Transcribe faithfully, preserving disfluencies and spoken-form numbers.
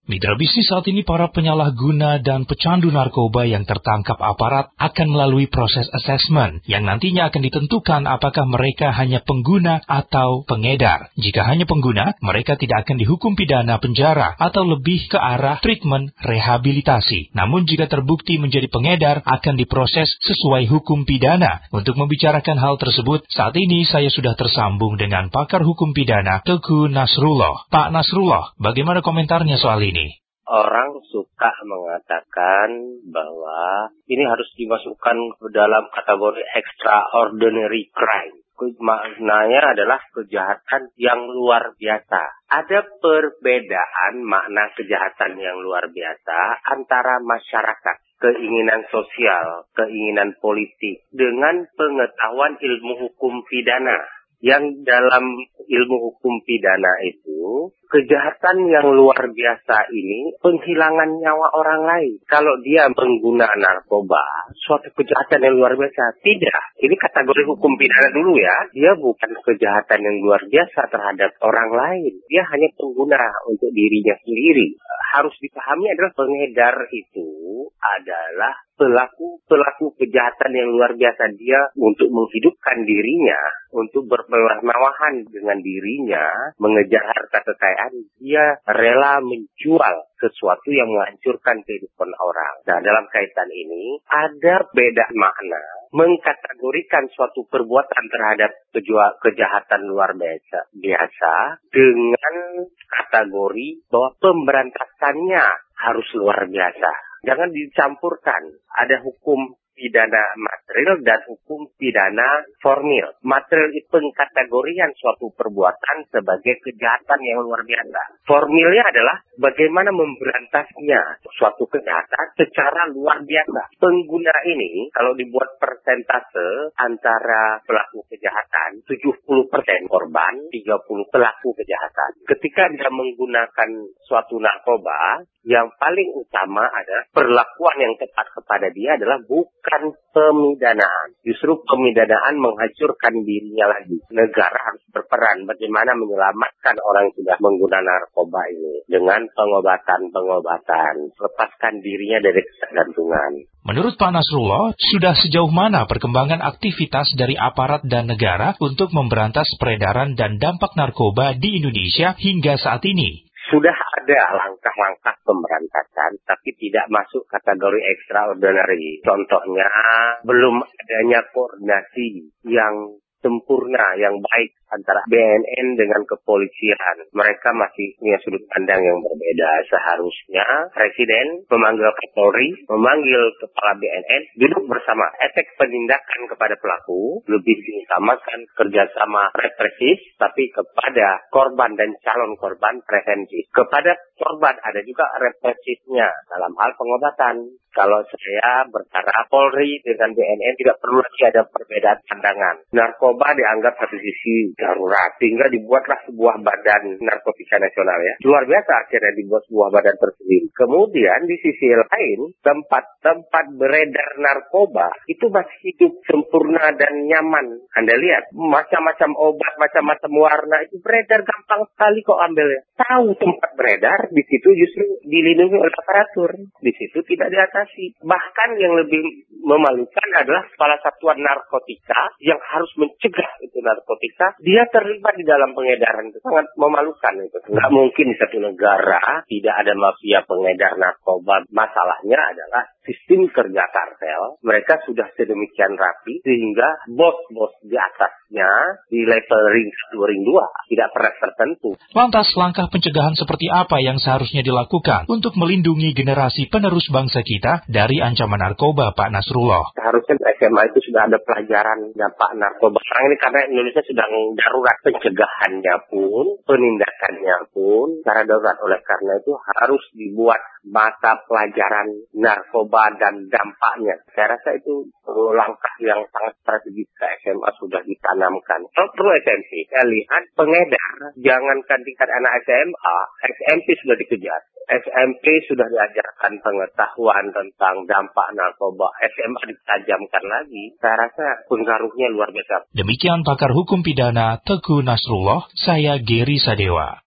Mitra bisnis, saat ini para penyalahguna dan pecandu narkoba yang tertangkap aparat akan melalui proses asesmen yang nantinya akan ditentukan apakah mereka hanya pengguna atau pengedar. Jika hanya pengguna, mereka tidak akan dihukum pidana penjara atau lebih ke arah treatment rehabilitasi. Namun jika terbukti menjadi pengedar, akan diproses sesuai hukum pidana. Untuk membicarakan hal tersebut, saat ini saya sudah tersambung dengan pakar hukum pidana Teguh Nasrullah. Pak Nasrullah, bagaimana komentarnya soal ini? Orang suka mengatakan bahwa ini harus dimasukkan ke dalam kategori extraordinary crime. Maknanya adalah kejahatan yang luar biasa. Ada perbedaan makna kejahatan yang luar biasa antara masyarakat, keinginan sosial, keinginan politik, dengan pengetahuan ilmu hukum pidana. Yang dalam ilmu hukum pidana itu, kejahatan yang luar biasa ini penghilangan nyawa orang lain. Kalau dia pengguna narkoba, suatu kejahatan yang luar biasa. Tidak. Ini kategori hukum pidana dulu ya. Dia bukan kejahatan yang luar biasa terhadap orang lain. Dia hanya pengguna untuk dirinya sendiri. Harus dipahami adalah pengedar itu adalah pelaku-pelaku kejahatan yang luar biasa. Dia untuk menghidupkan dirinya, untuk bermewah-mewahan dengan dirinya, mengejar harta kekayaan, dia rela menjual sesuatu yang menghancurkan kehidupan orang. Nah, dalam kaitan ini, ada beda makna mengkategorikan suatu perbuatan terhadap kejahatan luar biasa, biasa dengan kategori bahwa pemberantasannya harus luar biasa. Jangan dicampurkan. Ada hukum pidana material dan hukum pidana formil. Material itu pengkategorian suatu perbuatan sebagai kejahatan yang luar biasa. Formilnya adalah bagaimana memberantasnya suatu kejahatan secara luar biasa. Pengguna ini kalau dibuat persentase antara pelaku kejahatan, tujuh puluh persen korban, tiga puluh persen pelaku kejahatan. Ketika dia menggunakan suatu narkoba, yang paling utama adalah perlakuan yang tepat kepada dia adalah bukan pemidanaan. Justru pemidanaan menghancurkan dirinya lagi. Negara harus berperan bagaimana menyelamatkan orang yang sudah menggunakan narkoba ini dengan pengobatan-pengobatan. Lepaskan dirinya dari ketergantungan. Menurut Pak Nasrullah, sudah sejauh mana perkembangan aktivitas dari aparat dan negara untuk memberantas peredaran dan dampak narkoba di Indonesia hingga saat ini? Sudah ada langkah-langkah pemberantasan, tapi tidak masuk kategori extraordinary. Contohnya, belum adanya koordinasi yang sempurna, yang baik antara B N N dengan kepolisian. Mereka masih punya sudut pandang yang berbeda. Seharusnya Presiden memanggil Kapolri, memanggil Kepala B N N, duduk bersama. Efek penindakan kepada pelaku lebih diutamakan kerjasama represif, tapi kepada korban dan calon korban preventif. Kepada korban ada juga represifnya dalam hal pengobatan. Kalau saya berkata Polri dengan B N N tidak perlu lagi ada perbedaan pandangan. Narkoba dianggap satu sisi darurat, sehingga dibuatlah sebuah badan narkotika nasional ya. Luar biasa akhirnya dibuat sebuah badan tersendiri. Kemudian di sisi lain, tempat-tempat beredar narkoba itu masih hidup sempurna dan nyaman. Anda lihat, macam-macam obat, macam-macam warna itu beredar gampang sekali kok ambilnya. Tahu tempat beredar, di situ justru dilindungi oleh aparatur. Di situ tidak diatasi. Bahkan yang lebih memalukan adalah kepala satuan narkotika yang harus mencegah itu narkotika, dia terlibat di dalam pengedaran. Itu sangat memalukan itu. Nggak mungkin di satu negara tidak ada mafia pengedar narkoba. Masalahnya adalah sistem kerja kartel. Mereka sudah sedemikian rapi sehingga bos-bos di atasnya di level ring satu, ring dua tidak pernah tertentu. Lantas langkah pencegahan seperti apa yang seharusnya dilakukan untuk melindungi generasi penerus bangsa kita dari ancaman narkoba, Pak Nasrullah? Seharusnya S M A itu sudah ada pelajaran dampak narkoba. Sekarang ini karena Indonesia sedang darurat, pencegahannya pun, penindakannya pun secara darurat. Oleh karena itu harus dibuat mata pelajaran narkoba dan dampaknya. Saya rasa itu langkah yang sangat strategis ke S M A sudah ditanamkan. Kalau perlu S M P, saya lihat pengedar, jangankan tingkat anak S M A, S M P sudah dikejar. S M P sudah diajarkan pengetahuan tentang dampak narkoba. S M A ditajamkan lagi. Saya rasa pengaruhnya luar biasa. Demikian pakar hukum pidana Teguh Nasrullah, saya Geri Sadewa.